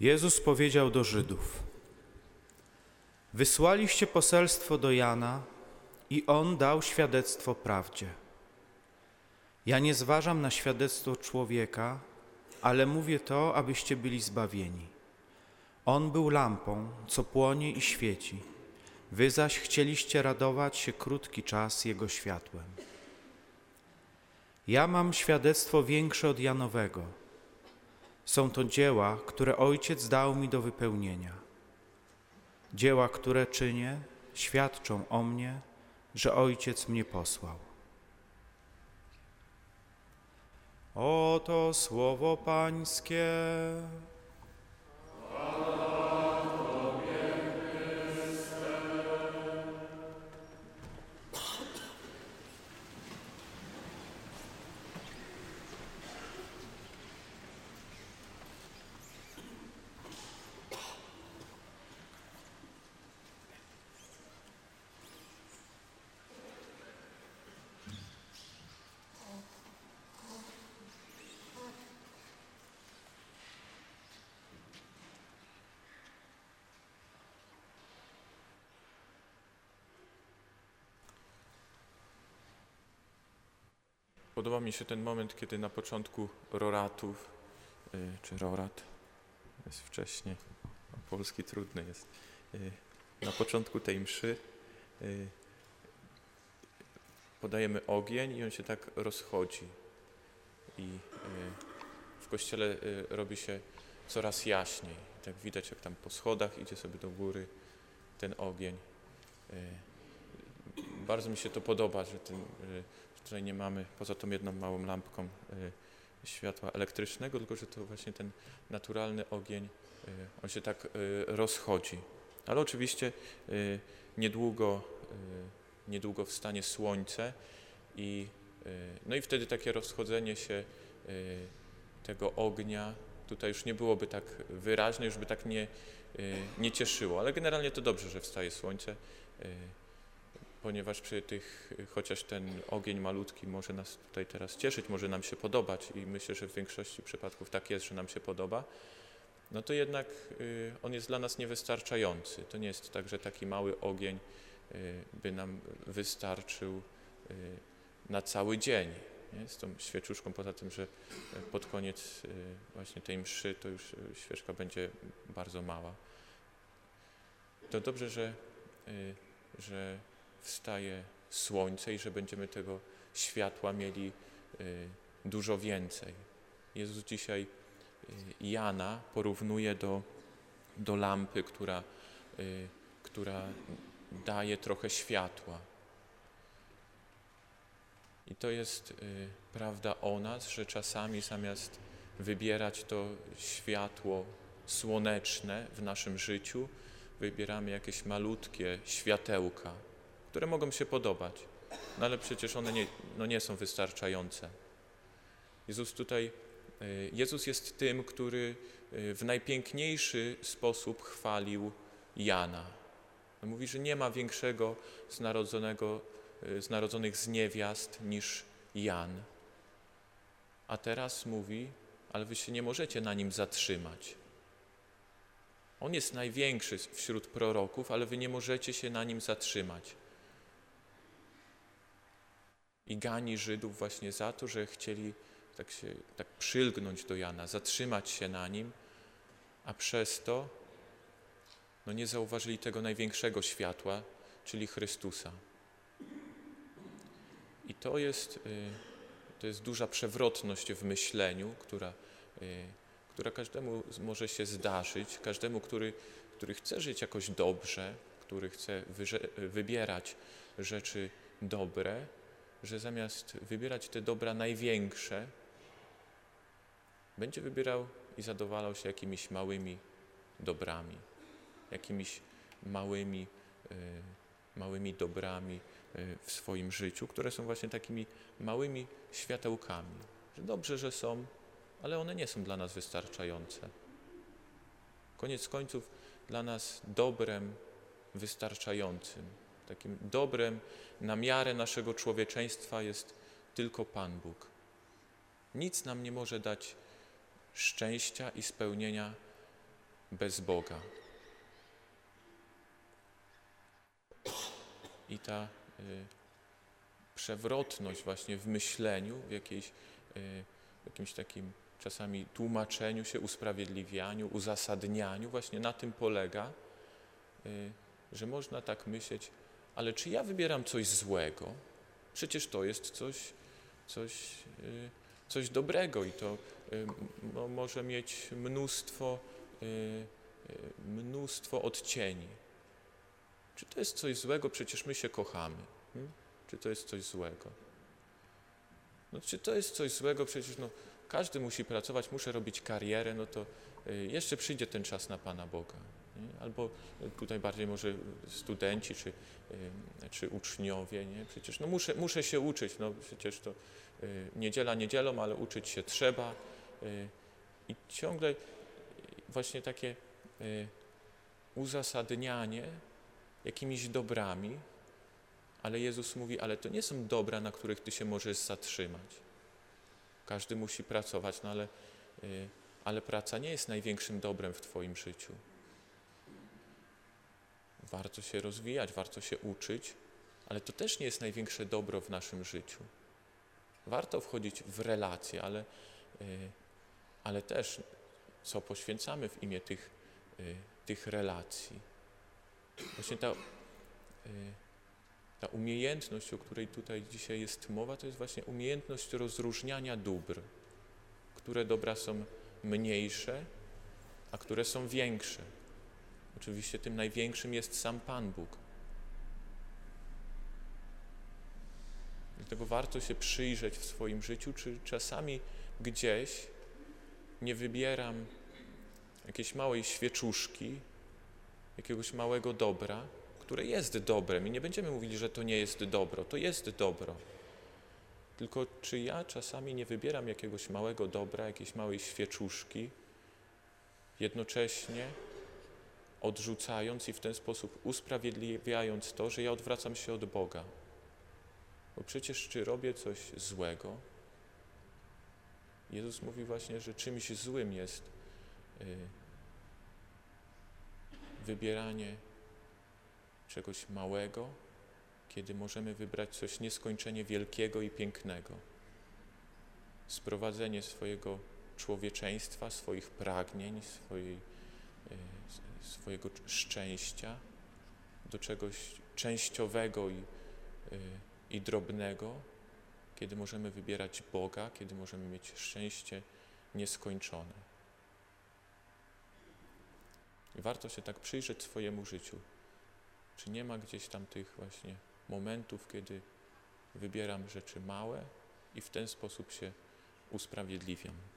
Jezus powiedział do Żydów: wysłaliście poselstwo do Jana i on dał świadectwo prawdzie. Ja nie zważam na świadectwo człowieka, ale mówię to, abyście byli zbawieni. On był lampą, co płonie i świeci. Wy zaś chcieliście radować się krótki czas jego światłem. Ja mam świadectwo większe od Janowego. Są to dzieła, które Ojciec dał mi do wypełnienia. Dzieła, które czynię, świadczą o mnie, że Ojciec mnie posłał. Oto słowo Pańskie. Podoba mi się ten moment, kiedy na początku roratów, czy rorat, jest wcześniej, a polski trudny jest, na początku tej mszy podajemy ogień i on się tak rozchodzi. I w kościele robi się coraz jaśniej. Tak widać, jak tam po schodach idzie sobie do góry ten ogień. Bardzo mi się to podoba, że tutaj nie mamy poza tą jedną małą lampką światła elektrycznego, tylko że to właśnie ten naturalny ogień, on się tak rozchodzi. Ale oczywiście niedługo wstanie słońce no i wtedy takie rozchodzenie się tego ognia tutaj już nie byłoby tak wyraźne, już by tak nie cieszyło. Ale generalnie to dobrze, że wstaje słońce, ponieważ chociaż ten ogień malutki może nas tutaj teraz cieszyć, może nam się podobać i myślę, że w większości przypadków tak jest, że nam się podoba, no to jednak on jest dla nas niewystarczający. To nie jest tak, że taki mały ogień by nam wystarczył na cały dzień. Nie? Z tą świeczuszką, poza tym, że pod koniec właśnie tej mszy to już świeczka będzie bardzo mała. To dobrze, że wstaje słońce i że będziemy tego światła mieli dużo więcej. Jezus dzisiaj Jana porównuje do lampy, która daje trochę światła. I to jest prawda o nas, że czasami zamiast wybierać to światło słoneczne w naszym życiu, wybieramy jakieś malutkie światełka, które mogą się podobać, no ale przecież one nie są wystarczające. Jezus jest tym, który w najpiękniejszy sposób chwalił Jana. Mówi, że nie ma większego z narodzonych z niewiast niż Jan. A teraz mówi, ale wy się nie możecie na nim zatrzymać. On jest największy wśród proroków, ale wy nie możecie się na nim zatrzymać. I gani Żydów właśnie za to, że chcieli tak przylgnąć do Jana, zatrzymać się na nim, a przez to nie zauważyli tego największego światła, czyli Chrystusa. I to jest duża przewrotność w myśleniu, która każdemu może się zdarzyć, każdemu, który chce żyć jakoś dobrze, który chce wybierać rzeczy dobre, że zamiast wybierać te dobra największe, będzie wybierał i zadowalał się jakimiś małymi dobrami, jakimiś małymi dobrami w swoim życiu, które są właśnie takimi małymi światełkami. Że dobrze, że są, ale one nie są dla nas wystarczające. Koniec końców dla nas dobrem wystarczającym, takim dobrem na miarę naszego człowieczeństwa jest tylko Pan Bóg. Nic nam nie może dać szczęścia i spełnienia bez Boga. I ta przewrotność właśnie w myśleniu, w jakimś takim czasami tłumaczeniu się, usprawiedliwianiu, uzasadnianiu, właśnie na tym polega, że można tak myśleć, ale czy ja wybieram coś złego? Przecież to jest coś dobrego i to może mieć mnóstwo odcieni. Czy to jest coś złego? Przecież my się kochamy. Czy to jest coś złego? No, czy to jest coś złego? Przecież każdy musi pracować, muszę robić karierę, no to jeszcze przyjdzie ten czas na Pana Boga. Nie? Albo tutaj bardziej może studenci czy uczniowie, nie? Przecież muszę się uczyć, przecież to niedziela niedzielą, ale uczyć się trzeba. I ciągle właśnie takie uzasadnianie jakimiś dobrami, ale Jezus mówi, ale to nie są dobra, na których ty się możesz zatrzymać. Każdy musi pracować, ale praca nie jest największym dobrem w twoim życiu. Warto się rozwijać, warto się uczyć, ale to też nie jest największe dobro w naszym życiu. Warto wchodzić w relacje, ale też co poświęcamy w imię tych relacji. Właśnie ta umiejętność, o której tutaj dzisiaj jest mowa, to jest właśnie umiejętność rozróżniania dóbr, które dobra są mniejsze, a które są większe. Oczywiście tym największym jest sam Pan Bóg. Dlatego warto się przyjrzeć w swoim życiu, czy czasami gdzieś nie wybieram jakiejś małej świeczuszki, jakiegoś małego dobra, które jest dobrem. I nie będziemy mówili, że to nie jest dobro. To jest dobro. Tylko czy ja czasami nie wybieram jakiegoś małego dobra, jakiejś małej świeczuszki, jednocześnie odrzucając i w ten sposób usprawiedliwiając to, że ja odwracam się od Boga. Bo przecież czy robię coś złego? Jezus mówi właśnie, że czymś złym jest wybieranie czegoś małego, kiedy możemy wybrać coś nieskończenie wielkiego i pięknego. Sprowadzenie swojego człowieczeństwa, swoich pragnień, swojego szczęścia do czegoś częściowego i drobnego, kiedy możemy wybierać Boga, kiedy możemy mieć szczęście nieskończone. I warto się tak przyjrzeć swojemu życiu. Czy nie ma gdzieś tam tych właśnie momentów, kiedy wybieram rzeczy małe i w ten sposób się usprawiedliwiam.